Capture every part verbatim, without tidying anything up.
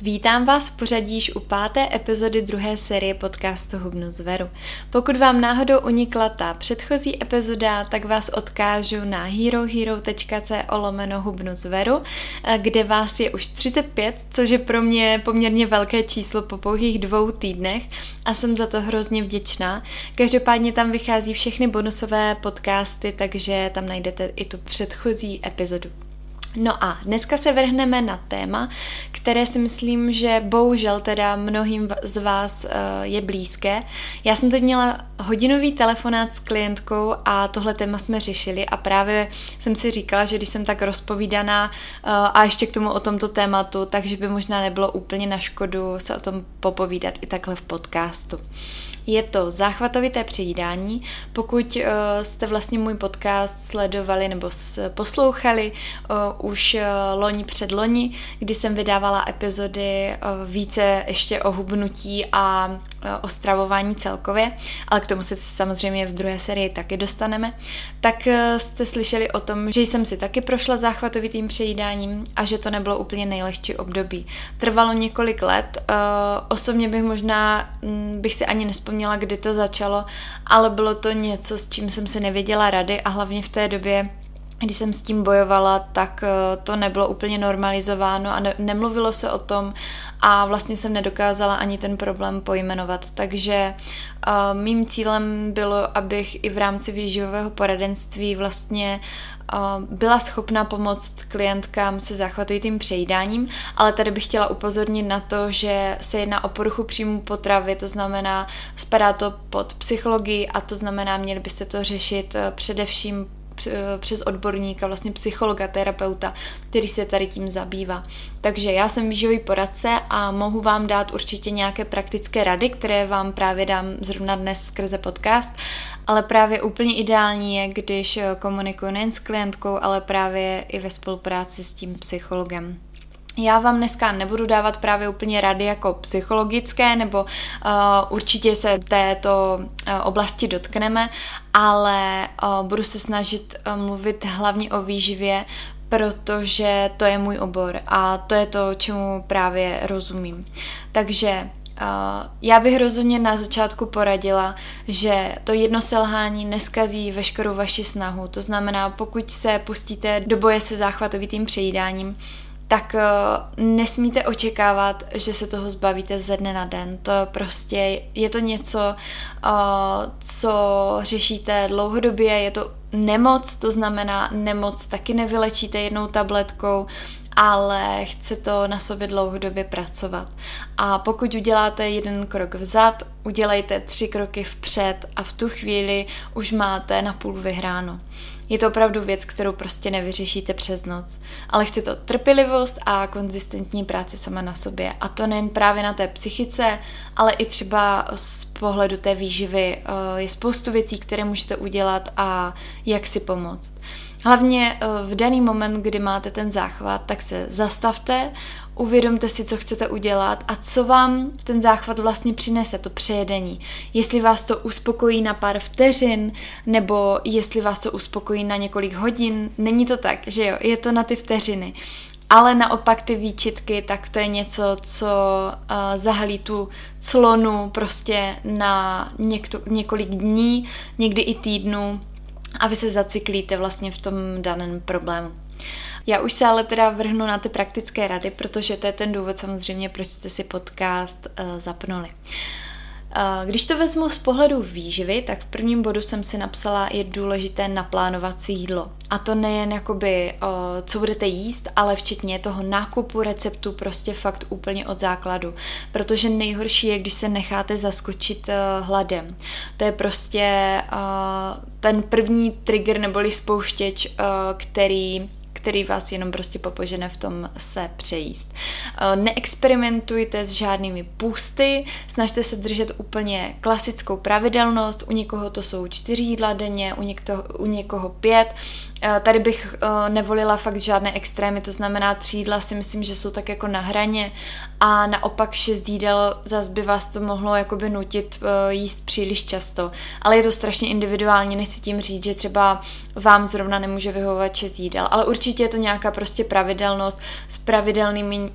Vítám vás v pořadí již u páté epizody druhé série podcastu Hubnu zveru. Pokud vám náhodou unikla ta předchozí epizoda, tak vás odkážu na herohero.co lomeno Hubnu zveru, kde vás je už třicet pět, což je pro mě poměrně velké číslo po pouhých dvou týdnech a jsem za to hrozně vděčná. Každopádně tam vychází všechny bonusové podcasty, takže tam najdete i tu předchozí epizodu. No a dneska se vrhneme na téma, které si myslím, že bohužel teda mnohým z vás je blízké. Já jsem teď měla hodinový telefonát s klientkou a tohle téma jsme řešili a právě jsem si říkala, že když jsem tak rozpovídaná a ještě k tomu o tomto tématu, takže by možná nebylo úplně na škodu se o tom popovídat i takhle v podcastu. Je to záchvatovité přejídání. Pokud uh, jste vlastně můj podcast sledovali nebo poslouchali uh, už uh, loni před loni, kdy jsem vydávala epizody uh, více ještě o hubnutí a uh, o stravování celkově, ale k tomu se samozřejmě v druhé sérii taky dostaneme, tak uh, jste slyšeli o tom, že jsem si taky prošla záchvatovitým přejídáním a že to nebylo úplně nejlehčí období. Trvalo několik let, uh, osobně bych možná m, bych si ani nespomněla, kdy to začalo, ale bylo to něco, s čím jsem si nevěděla rady a hlavně v té době, když jsem s tím bojovala, tak to nebylo úplně normalizováno a ne- nemluvilo se o tom a vlastně jsem nedokázala ani ten problém pojmenovat. Takže uh, mým cílem bylo, abych i v rámci výživového poradenství vlastně byla schopna pomoct klientkám se záchvatovitým přejídáním, ale tady bych chtěla upozornit na to, že se jedná o poruchu příjmu potravy, to znamená, spadá to pod psychologii a to znamená, měli byste to řešit především přes odborníka, vlastně psychologa, terapeuta, který se tady tím zabývá. Takže já jsem výživový poradce a mohu vám dát určitě nějaké praktické rady, které vám právě dám zrovna dnes skrze podcast, ale právě úplně ideální je, když komunikuji nejen s klientkou, ale právě i ve spolupráci s tím psychologem. Já vám dneska nebudu dávat právě úplně rady jako psychologické, nebo uh, určitě se této uh, oblasti dotkneme, ale uh, budu se snažit uh, mluvit hlavně o výživě, protože to je můj obor a to je to, čemu právě rozumím. Takže Uh, já bych rozhodně na začátku poradila, že to jedno selhání neskazí veškerou vaši snahu. To znamená, pokud se pustíte do boje se záchvatovitým přejídáním, tak uh, nesmíte očekávat, že se toho zbavíte ze dne na den. To prostě je to něco, uh, co řešíte dlouhodobě, je to nemoc, to znamená nemoc taky nevylečíte jednou tabletkou, ale chce to na sobě dlouhodobě pracovat. A pokud uděláte jeden krok vzad, udělejte tři kroky vpřed a v tu chvíli už máte napůl vyhráno. Je to opravdu věc, kterou prostě nevyřešíte přes noc. Ale chce to trpělivost a konzistentní práci sama na sobě. A to nejen právě na té psychice, ale i třeba z pohledu té výživy. Je spoustu věcí, které můžete udělat a jak si pomoct. Hlavně v daný moment, kdy máte ten záchvat, tak se zastavte, uvědomte si, co chcete udělat a co vám ten záchvat vlastně přinese, to přejedení. Jestli vás to uspokojí na pár vteřin, nebo jestli vás to uspokojí na několik hodin. Není to tak, že jo, je to na ty vteřiny. Ale naopak ty výčitky, tak to je něco, co uh, zahalí tu clonu prostě na někto, několik dní, někdy i týdnů, a vy se zacyklíte vlastně v tom daném problému. Já už se ale teda vrhnu na ty praktické rady, protože to je ten důvod samozřejmě, proč jste si podcast uh, zapnuli. Uh, když to vezmu z pohledu výživy, tak v prvním bodu jsem si napsala, je důležité naplánovat si jídlo. A to nejen jakoby, uh, co budete jíst, ale včetně toho nákupu receptu prostě fakt úplně od základu. Protože nejhorší je, když se necháte zaskočit uh, hladem. To je prostě uh, ten první trigger neboli spouštěč, uh, který který vás jenom prostě popožene v tom se přejíst. Neexperimentujte s žádnými půsty, snažte se držet úplně klasickou pravidelnost, u někoho to jsou čtyři jídla denně, u, někto, u někoho pět, Tady bych nevolila fakt žádné extrémy, to znamená tři jídla si myslím, že jsou tak jako na hraně a naopak šest jídel zase by vás to mohlo jakoby nutit jíst příliš často. Ale je to strašně individuální, nechci tím říct, že třeba vám zrovna nemůže vyhovovat šest jídel, ale určitě je to nějaká prostě pravidelnost s pravidelnými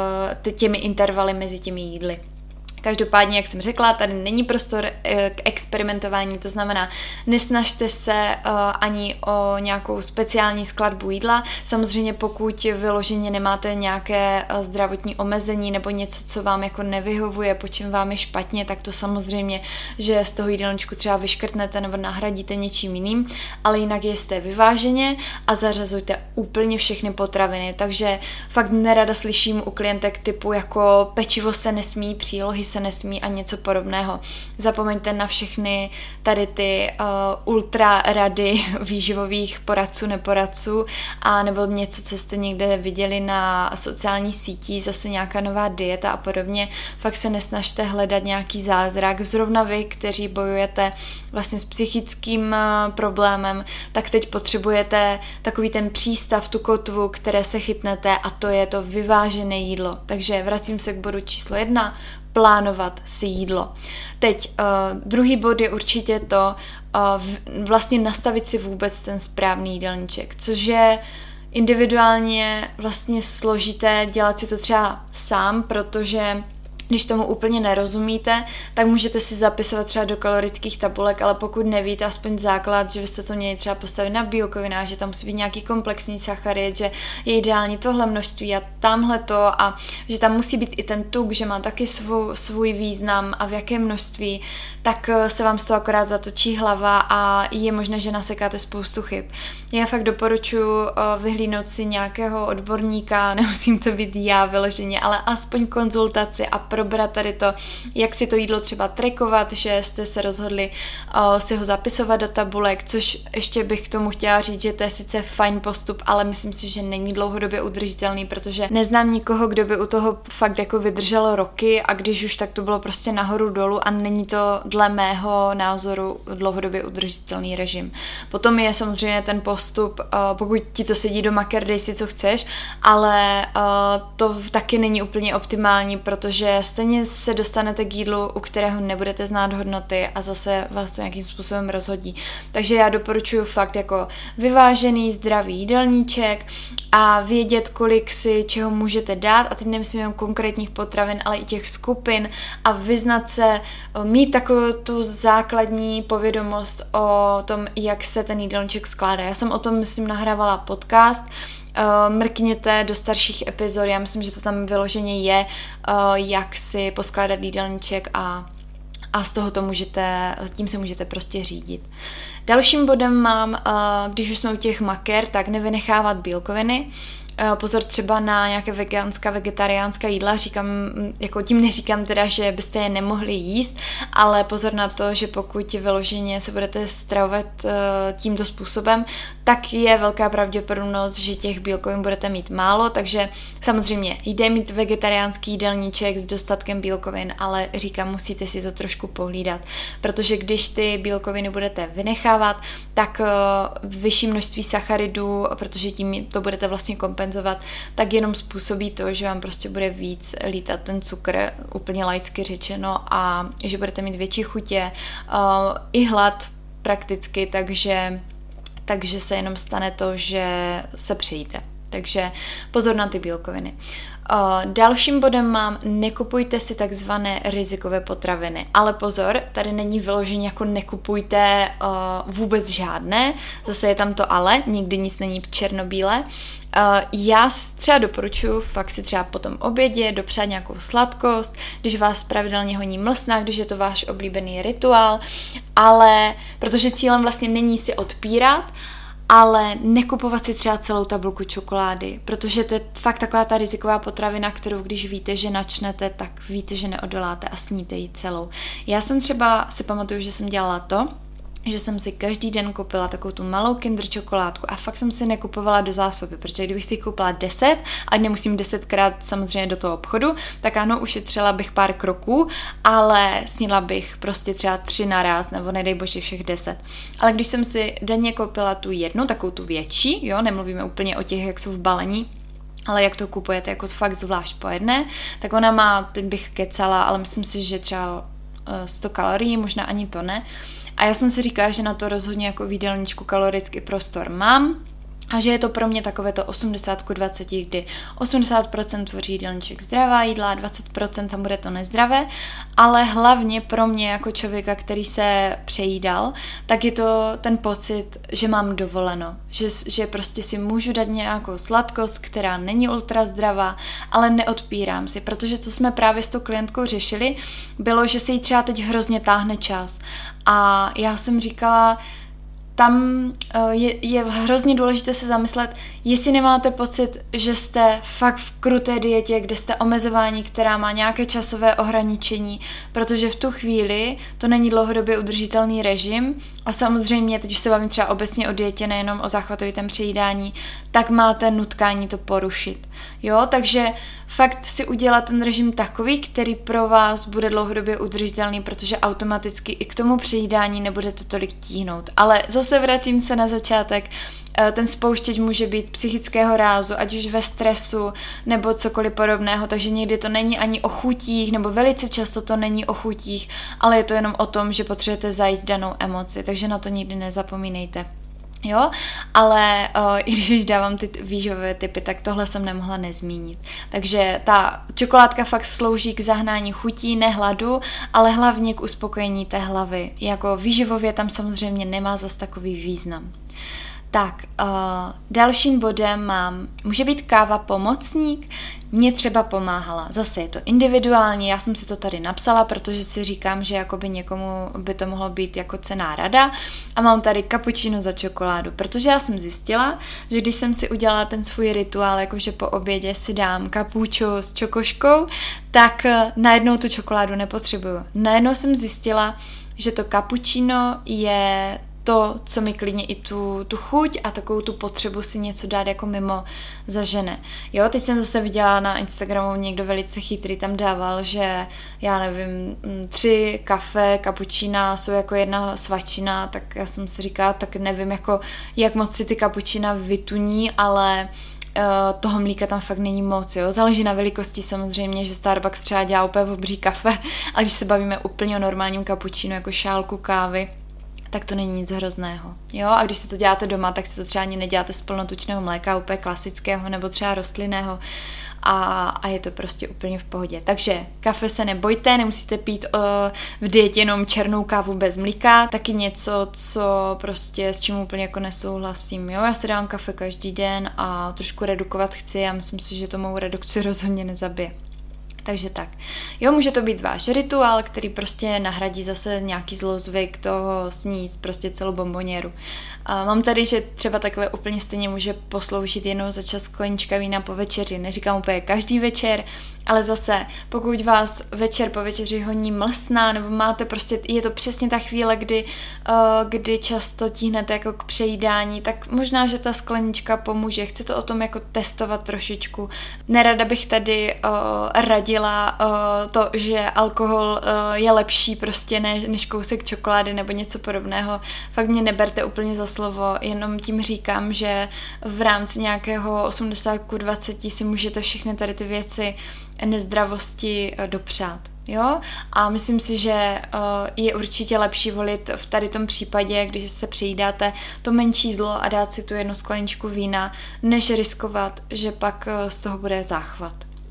těmi intervaly mezi těmi jídly. Každopádně, jak jsem řekla, tady není prostor k experimentování, to znamená, nesnažte se uh, ani o nějakou speciální skladbu jídla. Samozřejmě pokud vyloženě nemáte nějaké uh, zdravotní omezení nebo něco, co vám jako nevyhovuje, po čem vám je špatně, tak to samozřejmě, že z toho jídelníčku třeba vyškrtnete nebo nahradíte něčím jiným, ale jinak jeste vyváženě a zařazujte úplně všechny potraviny. Takže fakt nerada slyším u klientek typu jako pečivo se nesmí, přílohy se nesmí a něco podobného. Zapomeňte na všechny tady ty uh, ultra rady výživových poradců, neporadců a nebo něco, co jste někde viděli na sociální sítí, zase nějaká nová dieta a podobně. Fakt se nesnažte hledat nějaký zázrak. Zrovna vy, kteří bojujete vlastně s psychickým uh, problémem, tak teď potřebujete takový ten přístav, tu kotvu, které se chytnete a to je to vyvážené jídlo. Takže vracím se k bodu číslo jedna, plánovat si jídlo. Teď uh, druhý bod je určitě to uh, v, vlastně nastavit si vůbec ten správný jídelníček, což je individuálně vlastně složité dělat si to třeba sám, protože když tomu úplně nerozumíte, tak můžete si zapisovat třeba do kalorických tabulek, ale pokud nevíte aspoň základ, že byste to měli třeba postavit na bílkovinách, že tam musí být nějaký komplexní sacharid, že je ideální tohle množství a tamhle to a že tam musí být i ten tuk, že má taky svůj, svůj význam a v jaké množství, tak se vám z toho akorát zatočí hlava a je možné, že nasekáte spoustu chyb. Já fakt doporučuji vyhlídnout si nějakého odborníka, nemusím to být já vyloženě, ale aspoň konzultaci a probrat tady to, jak si to jídlo třeba trackovat, že jste se rozhodli uh, si ho zapisovat do tabulek, což ještě bych k tomu chtěla říct, že to je sice fajn postup, ale myslím si, že není dlouhodobě udržitelný, protože neznám nikoho, kdo by u toho fakt jako vydržel roky a když už, tak to bylo prostě nahoru dolů a není to dle mého názoru dlouhodobě udržitelný režim. Potom je samozřejmě ten postup, uh, pokud ti to sedí do maker, dej si co chceš, ale uh, to taky není úplně optimální, protože stejně se dostanete k jídlu, u kterého nebudete znát hodnoty a zase vás to nějakým způsobem rozhodí. Takže já doporučuji fakt jako vyvážený, zdravý jídelníček a vědět, kolik si čeho můžete dát a teď nemyslím jen konkrétních potravin, ale i těch skupin a vyznat se, mít takovou tu základní povědomost o tom, jak se ten jídelníček skládá. Já jsem o tom, myslím, nahrávala podcast. Uh, mrkněte do starších epizod, já myslím, že to tam vyloženě je, uh, jak si poskládat jídelníček a, a z toho to můžete, s tím se můžete prostě řídit. Dalším bodem mám, uh, když už jsme u těch maker, tak nevynechávat bílkoviny. Pozor třeba na nějaké veganská, vegetariánská jídla, říkám, jako tím neříkám teda, že byste je nemohli jíst, ale pozor na to, že pokud vyloženě se budete stravovat tímto způsobem, tak je velká pravděpodobnost, že těch bílkovin budete mít málo, takže samozřejmě jde mít vegetariánský jídelníček s dostatkem bílkovin, ale říkám, musíte si to trošku pohlídat, protože když ty bílkoviny budete vynechávat, tak vyšší množství sacharidů, protože tím to budete vlastně kompenzovat, tak jenom způsobí to, že vám prostě bude víc lítat ten cukr, úplně laicky řečeno, a že budete mít větší chutě, uh, i hlad prakticky, takže, takže se jenom stane to, že se přejíte. Takže pozor na ty bílkoviny. Uh, dalším bodem mám, nekupujte si takzvané rizikové potraviny. Ale pozor, tady není vyloženě jako nekupujte uh, vůbec žádné, zase je tam to ale, nikdy nic není černobílé. Uh, já třeba doporučuji fakt si třeba po tom obědě dopřát nějakou sladkost, když vás pravidelně honí mlsna, když je to váš oblíbený rituál, ale protože cílem vlastně není si odpírat, ale nekupovat si třeba celou tabulku čokolády, protože to je fakt taková ta riziková potravina, kterou když víte, že načnete, tak víte, že neodoláte a sníte ji celou. Já jsem třeba si pamatuju, že jsem dělala to, že jsem si každý den koupila takovou tu malou Kinder čokoládku a fakt jsem si nekupovala do zásoby, protože kdybych si koupila deset, ať nemusím desetkrát samozřejmě do toho obchodu, tak ano, ušetřila bych pár kroků, ale snědla bych prostě třeba tři naraz, nebo nedej bože všech deset. Ale když jsem si denně koupila tu jednu, takovou tu větší, jo, nemluvíme úplně o těch, jak jsou v balení, ale jak to kupujete jako fakt zvlášť po jedné, tak ona má, teď bych kecala, ale myslím si, že třeba sto kalorií, možná ani to ne. A já jsem si říkala, že na to rozhodně jako v jídelníčku kalorický prostor mám a že je to pro mě takové to osmdesát ku dvaceti, kdy osmdesát procent tvoří jídelníček zdravá jídla, dvacet procent tam bude to nezdravé, ale hlavně pro mě jako člověka, který se přejídal, tak je to ten pocit, že mám dovoleno, že, že prostě si můžu dát nějakou sladkost, která není ultra zdravá, ale neodpírám si, protože to jsme právě s tou klientkou řešili, bylo, že se jí třeba teď hrozně táhne čas a já jsem říkala, tam je, je hrozně důležité se zamyslet, jestli nemáte pocit, že jste fakt v kruté dietě, kde jste omezování, která má nějaké časové ohraničení, protože v tu chvíli to není dlouhodobě udržitelný režim a samozřejmě, teď už se bavím třeba obecně o dietě, nejenom o záchvatovitém přejídání, tak máte nutkání to porušit. Jo, takže fakt si udělat ten režim takový, který pro vás bude dlouhodobě udržitelný, protože automaticky i k tomu přejídání nebudete tolik tíhnout. Ale zase vrátím se na začátek, ten spouštěč může být psychického rázu, ať už ve stresu nebo cokoliv podobného, takže někdy to není ani o chutích, nebo velice často to není o chutích, ale je to jenom o tom, že potřebujete zajít danou emoci, takže na to nikdy nezapomínejte. Jo, ale o, i když dávám ty výživové tipy, tak tohle jsem nemohla nezmínit. Takže ta čokoládka fakt slouží k zahnání chutí, ne hladu, ale hlavně k uspokojení té hlavy. Jako výživově tam samozřejmě nemá zas takový význam. Tak, uh, dalším bodem mám, může být káva pomocník, mě třeba pomáhala. Zase je to individuální, já jsem si to tady napsala, protože si říkám, že jakoby někomu by to mohlo být jako cenná rada a mám tady kapučino za čokoládu, protože já jsem zjistila, že když jsem si udělala ten svůj rituál, jakože po obědě si dám kapučo s čokoškou, tak najednou tu čokoládu nepotřebuju. Najednou jsem zjistila, že to kapučino je to, co mi klidně i tu, tu chuť a takovou tu potřebu si něco dát jako mimo zažene. Jo, teď jsem zase viděla na Instagramu někdo velice chytrý tam dával, že já nevím, tři kafe, kapučína jsou jako jedna svačina, tak já jsem si říkala, tak nevím jako, jak moc si ty kapučína vytuní, ale toho mlíka tam fakt není moc, jo. Záleží na velikosti samozřejmě, že Starbucks třeba dělá úplně obří kafe, ale když se bavíme úplně o normálním kapučínu, jako šálku kávy, tak to není nic hrozného. Jo? A když si to děláte doma, tak si to třeba ani neděláte z plnotučného mléka, úplně klasického nebo třeba rostlinného a, a je to prostě úplně v pohodě. Takže kafe se nebojte, nemusíte pít uh, v dietě jenom černou kávu bez mlíka, taky něco, co prostě s čím úplně jako nesouhlasím. Jo? Já si dám kafe každý den a trošku redukovat chci a myslím si, že to mou redukci rozhodně nezabije. Takže tak. Jo, může to být váš rituál, který prostě nahradí zase nějaký zlozvyk toho sníst prostě celou bomboněru. A mám tady, že třeba takhle úplně stejně může posloužit jednou za čas sklenička vína po večeři. Neříkám úplně každý večer, ale zase, pokud vás večer po večeři honí mlsná, nebo máte prostě, je to přesně ta chvíle, kdy, uh, kdy často tíhnete jako k přejídání, tak možná, že ta sklenička pomůže. Chci to o tom jako testovat trošičku. Nerada bych tady uh, radila uh, to, že alkohol uh, je lepší prostě než, než kousek čokolády nebo něco podobného. Fakt mě neberte úplně za slovo, jenom tím říkám, že v rámci nějakého osmdesát ku dvaceti si můžete všechny tady ty věci nezdravosti dopřát. Jo? A myslím si, že je určitě lepší volit v tady tom případě, když se přejídáte, to menší zlo a dát si tu jednu skleničku vína, než riskovat, že pak z toho bude záchvat.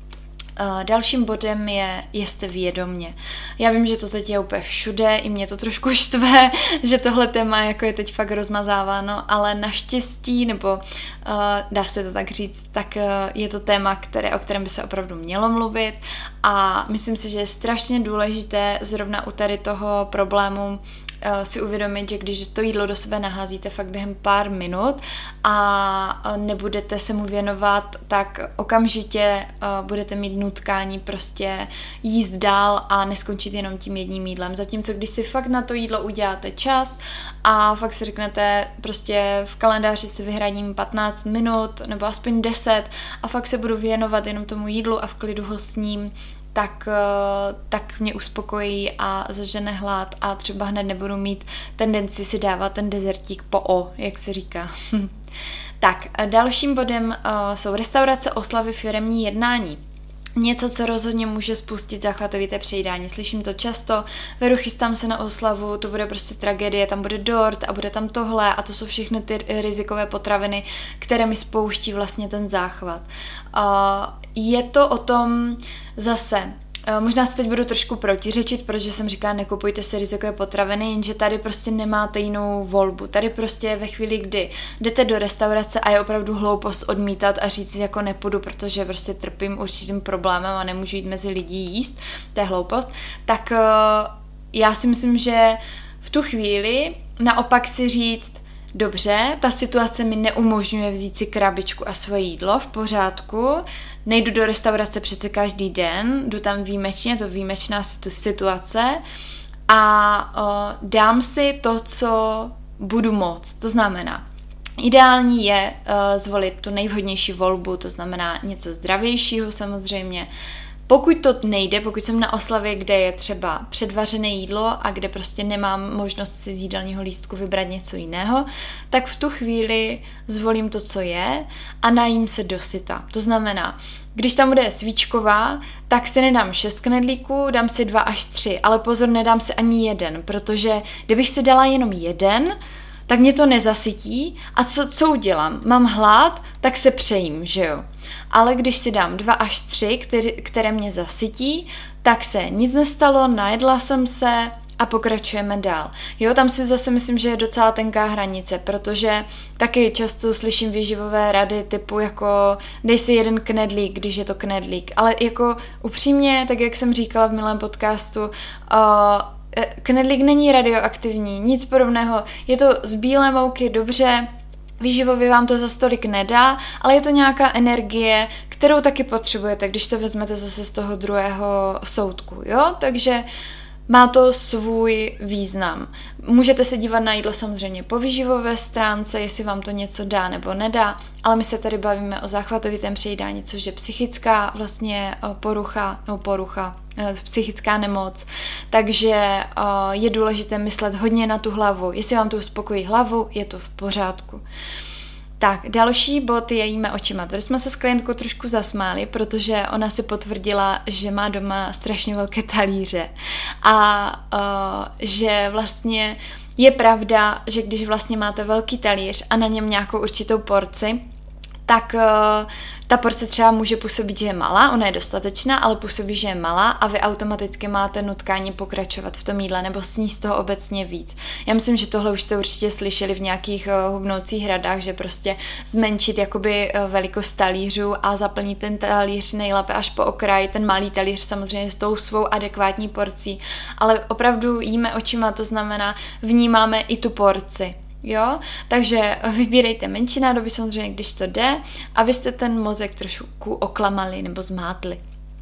Dalším bodem je, jeste vědomně. Já vím, že to teď je úplně všude, i mě to trošku štve, že tohle téma jako je teď fakt rozmazáváno, ale naštěstí, nebo uh, dá se to tak říct, tak uh, je to téma, které, o kterém by se opravdu mělo mluvit a myslím si, že je strašně důležité zrovna u tady toho problému si uvědomit, že když to jídlo do sebe naházíte fakt během pár minut a nebudete se mu věnovat, tak okamžitě budete mít nutkání prostě jíst dál a neskončit jenom tím jedním jídlem. Zatímco když si fakt na to jídlo uděláte čas a fakt si řeknete prostě v kalendáři si vyhradím patnáct minut nebo aspoň deset a fakt se budu věnovat jenom tomu jídlu a v klidu ho sním, tak, tak mě uspokojí a zažene hlad a třeba hned nebudu mít tendenci si dávat ten dezertík po o, jak se říká. Tak, dalším bodem uh, jsou restaurace, oslavy, firemní jednání. Něco, co rozhodně může spustit záchvatovité přejídání. Slyším to často, veru, chystám se na oslavu, to bude prostě tragédie, tam bude dort a bude tam tohle a to jsou všechny ty rizikové potraviny, které mi spouští vlastně ten záchvat. Uh, je to o tom zase, možná se teď budu trošku protiřečit, protože jsem říkala, nekupujte si rizikové potraviny, jenže tady prostě nemáte jinou volbu. Tady prostě ve chvíli, kdy jdete do restaurace a je opravdu hloupost odmítat a říct si jako nepůjdu, protože prostě trpím určitým problémem a nemůžu jít mezi lidi jíst, to je hloupost, tak já si myslím, že v tu chvíli naopak si říct, dobře, ta situace mi neumožňuje vzít si krabičku a svoje jídlo, v pořádku, nejdu do restaurace přece každý den, jdu tam výjimečně, to výjimečná situace a o, dám si to, co budu moct. To znamená, ideální je o, zvolit tu nejvhodnější volbu, to znamená něco zdravějšího samozřejmě. Pokud to nejde, pokud jsem na oslavě, kde je třeba předvařené jídlo a kde prostě nemám možnost si z jídelního lístku vybrat něco jiného, tak v tu chvíli zvolím to, co je a najím se dosyta. To znamená, když tam bude svíčková, tak si nedám šest knedlíků, dám si dva až tři, ale pozor, nedám si ani jeden, protože kdybych si dala jenom jeden, tak mě to nezasytí a co, co udělám? Mám hlad, tak se přejím, že jo? Ale když si dám dva až tři, které, které mě zasytí, tak se nic nestalo, najedla jsem se a pokračujeme dál. Jo, tam si zase myslím, že je docela tenká hranice, protože taky často slyším výživové rady typu jako dej si jeden knedlík, když je to knedlík. Ale jako upřímně, tak jak jsem říkala v minulém podcastu, uh, knedlík není radioaktivní, nic podobného. Je to z bílé mouky, dobře, výživově vám to za stolik nedá, ale je to nějaká energie, kterou taky potřebujete, když to vezmete zase z toho druhého soudku, jo? Takže má to svůj význam. Můžete se dívat na jídlo samozřejmě po výživové stránce, jestli vám to něco dá nebo nedá, ale my se tady bavíme o záchvatovitém přejídání, což je psychická vlastně porucha, no porucha, psychická nemoc, takže je důležité myslet hodně na tu hlavu. Jestli vám to uspokojí hlavu, je to v pořádku. Tak, další bod je jíme očima. Tady jsme se s klientkou trošku zasmáli, protože ona si potvrdila, že má doma strašně velké talíře a uh, že vlastně je pravda, že když vlastně máte velký talíř a na něm nějakou určitou porci, tak uh, ta porce třeba může působit, že je malá, ona je dostatečná, ale působí, že je malá a vy automaticky máte nutkání pokračovat v tom jídle nebo sníst toho obecně víc. Já myslím, že tohle už jste určitě slyšeli v nějakých uh, hubnoucích radách, že prostě zmenšit jakoby uh, velikost talířů a zaplnit ten talíř nejlépe až po okraj, ten malý talíř samozřejmě s tou svou adekvátní porcí, ale opravdu jíme očima, to znamená vnímáme i tu porci. Jo, takže vybírejte menší nádoby samozřejmě, když to jde, abyste ten mozek trošku oklamali nebo zmátli.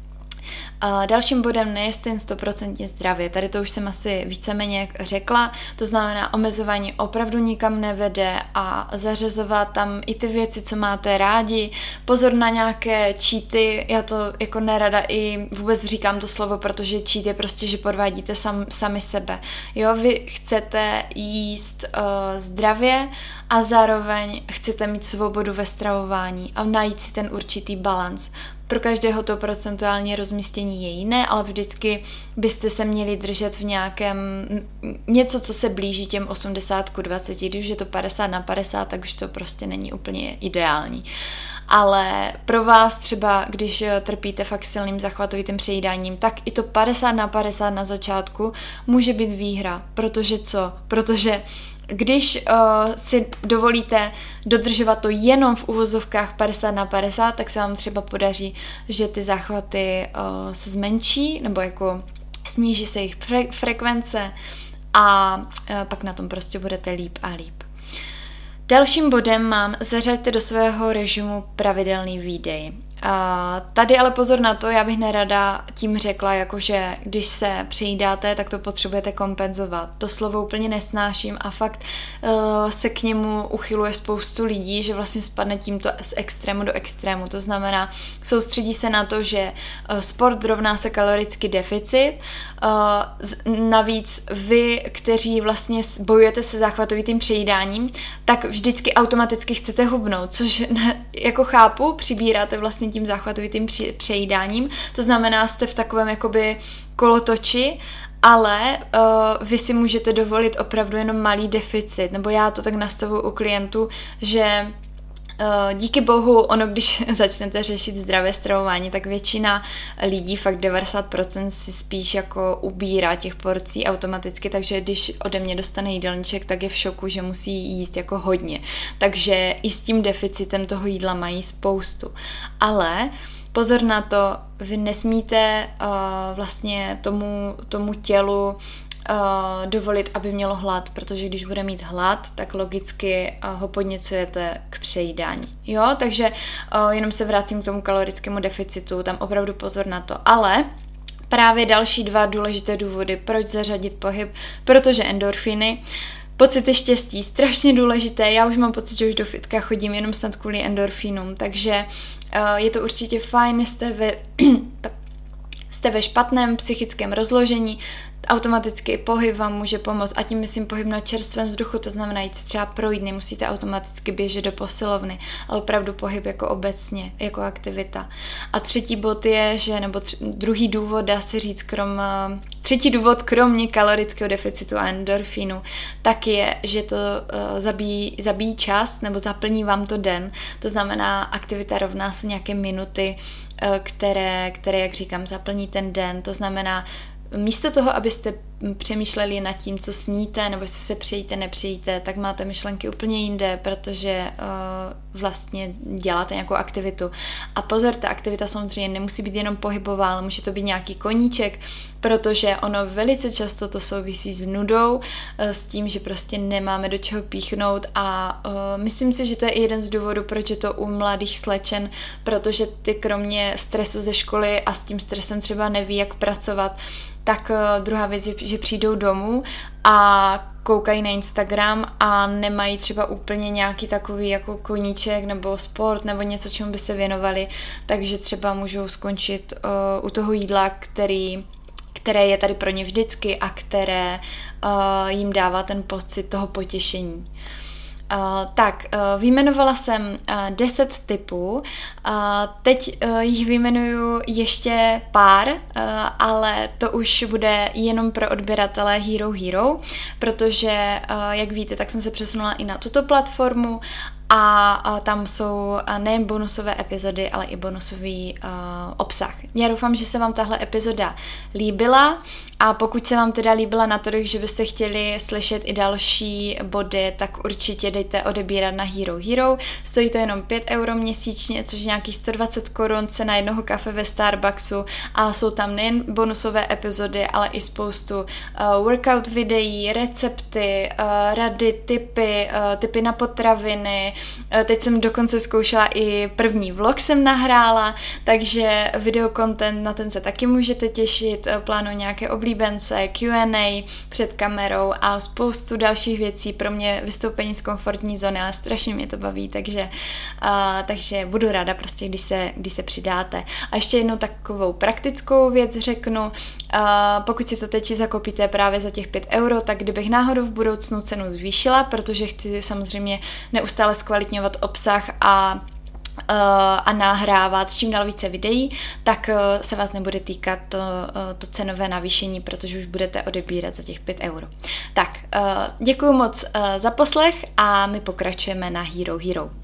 A dalším bodem nejeste jen sto procent zdravě. Tady to už jsem asi víceméně řekla, to znamená omezování opravdu nikam nevede a zařazovat tam i ty věci, co máte rádi. Pozor na nějaké cheaty, já to jako nerada i vůbec říkám to slovo, protože cheat je prostě, že podvádíte sam, sami sebe. Jo, vy chcete jíst uh, zdravě a zároveň chcete mít svobodu ve stravování a najít si ten určitý balans. Pro každého to procentuální rozmístění je jiné, ale vždycky byste se měli držet v nějakém něco, co se blíží těm osmdesát ku dvaceti, když je to padesát na padesát, tak už to prostě není úplně ideální. Ale pro vás třeba, když trpíte fakt silným zachvatovitým přejídáním, tak i to padesát na padesát na začátku může být výhra, protože co? Protože když uh, si dovolíte dodržovat to jenom v uvozovkách padesát na padesát, tak se vám třeba podaří, že ty záchvaty uh, se zmenší, nebo jako sníží se jejich fre- frekvence a pak na tom prostě budete líp a líp. Dalším bodem mám zařaďte do svého režimu pravidelný výdej. A tady ale pozor na to, já bych nerada tím řekla, jakože když se přejídáte, tak to potřebujete kompenzovat. To slovo úplně nesnáším a fakt uh, se k němu uchyluje spoustu lidí, že vlastně spadne tímto z extrému do extrému. To znamená, soustředí se na to, že uh, sport rovná se kalorický deficit. Uh, navíc vy, kteří vlastně bojujete se záchvatovitým přejídáním, tak vždycky automaticky chcete hubnout, což ne, jako chápu, přibíráte vlastně tím záchvatovitým přejídáním, to znamená, jste v takovém jakoby kolotoči, ale uh, vy si můžete dovolit opravdu jenom malý deficit, nebo já to tak nastavuju u klientů, že díky bohu, ono, když začnete řešit zdravé stravování, tak většina lidí, fakt devadesát procent si spíš jako ubírá těch porcí automaticky, takže když ode mě dostane jídelníček, tak je v šoku, že musí jíst jako hodně. Takže i s tím deficitem toho jídla mají spoustu. Ale pozor na to, vy nesmíte uh, vlastně tomu, tomu tělu Uh, dovolit, aby mělo hlad, protože když bude mít hlad, tak logicky uh, ho podněcujete k přejídání. Jo, takže uh, jenom se vracím k tomu kalorickému deficitu, tam opravdu pozor na to. Ale právě další dva důležité důvody, proč zařadit pohyb, protože endorfiny, pocity štěstí, strašně důležité, já už mám pocit, že už do fitka chodím jenom snad kvůli endorfinům, takže uh, je to určitě fajn, jste ve, jste ve špatném psychickém rozložení, automaticky pohyb vám může pomoct a tím myslím pohyb na čerstvém vzduchu, to znamená jít se třeba projít, nemusíte automaticky běžet do posilovny, ale opravdu pohyb jako obecně, jako aktivita. A třetí bod je, že, nebo tři, druhý důvod, dá se říct, krom, třetí důvod, kromě kalorického deficitu a endorfinu, tak je, že to uh, zabíjí, zabíjí čas nebo zaplní vám to den, to znamená aktivita rovná se nějaké minuty, uh, které, které, jak říkám, zaplní ten den, to znamená místo toho, abyste přemýšleli nad tím, co sníte, nebo jestli se přejíte, nepřejíte, tak máte myšlenky úplně jinde, protože uh, vlastně děláte nějakou aktivitu. A pozor, ta aktivita samozřejmě nemusí být jenom pohybová, ale může to být nějaký koníček, protože ono velice často to souvisí s nudou, uh, s tím, že prostě nemáme do čeho píchnout a uh, myslím si, že to je i jeden z důvodů, proč je to u mladých slečen, protože ty kromě stresu ze školy a s tím stresem třeba neví, jak pracovat, tak uh, druhá věc je, že přijdou domů a koukají na Instagram a nemají třeba úplně nějaký takový jako koníček nebo sport nebo něco, čemu by se věnovali, takže třeba můžou skončit uh, u toho jídla, který, které je tady pro ně vždycky a které uh, jim dává ten pocit toho potěšení. Uh, tak, uh, vyjmenovala jsem uh, deset typů, uh, teď uh, jich vyjmenuju ještě pár, uh, ale to už bude jenom pro odběratele Hero Hero, protože, uh, jak víte, tak jsem se přesunula i na tuto platformu a uh, tam jsou uh, nejen bonusové epizody, ale i bonusový uh, obsah. Já doufám, že se vám tahle epizoda líbila a pokud se vám teda líbila natolik, že byste chtěli slyšet i další body, tak určitě dejte odebírat na Hero Hero. Stojí to jenom pět euro měsíčně, což je nějakých sto dvacet korun cena jednoho kafe ve Starbucksu a jsou tam nejen bonusové epizody, ale i spoustu uh, workout videí, recepty, uh, rady, tipy, uh, tipy na potraviny. Uh, teď jsem dokonce zkoušela i první vlog jsem nahrála, takže videokontent, na ten se taky můžete těšit, uh, plánuji nějaké oblíbence, Q and A před kamerou a spoustu dalších věcí. Pro mě vystoupení z komfortní zóny, ale strašně mě to baví, takže, uh, takže budu ráda prostě, když se, když se přidáte. A ještě jednou takovou praktickou věc řeknu, uh, pokud si to teď zakoupíte právě za těch pět euro, tak kdybych náhodou v budoucnu cenu zvýšila, protože chci samozřejmě neustále zkvalitňovat obsah a a nahrávat čím dál více videí, tak se vás nebude týkat to, to cenové navýšení, protože už budete odebírat za těch pět euro. Tak, děkuji moc za poslech a my pokračujeme na Hero Hero.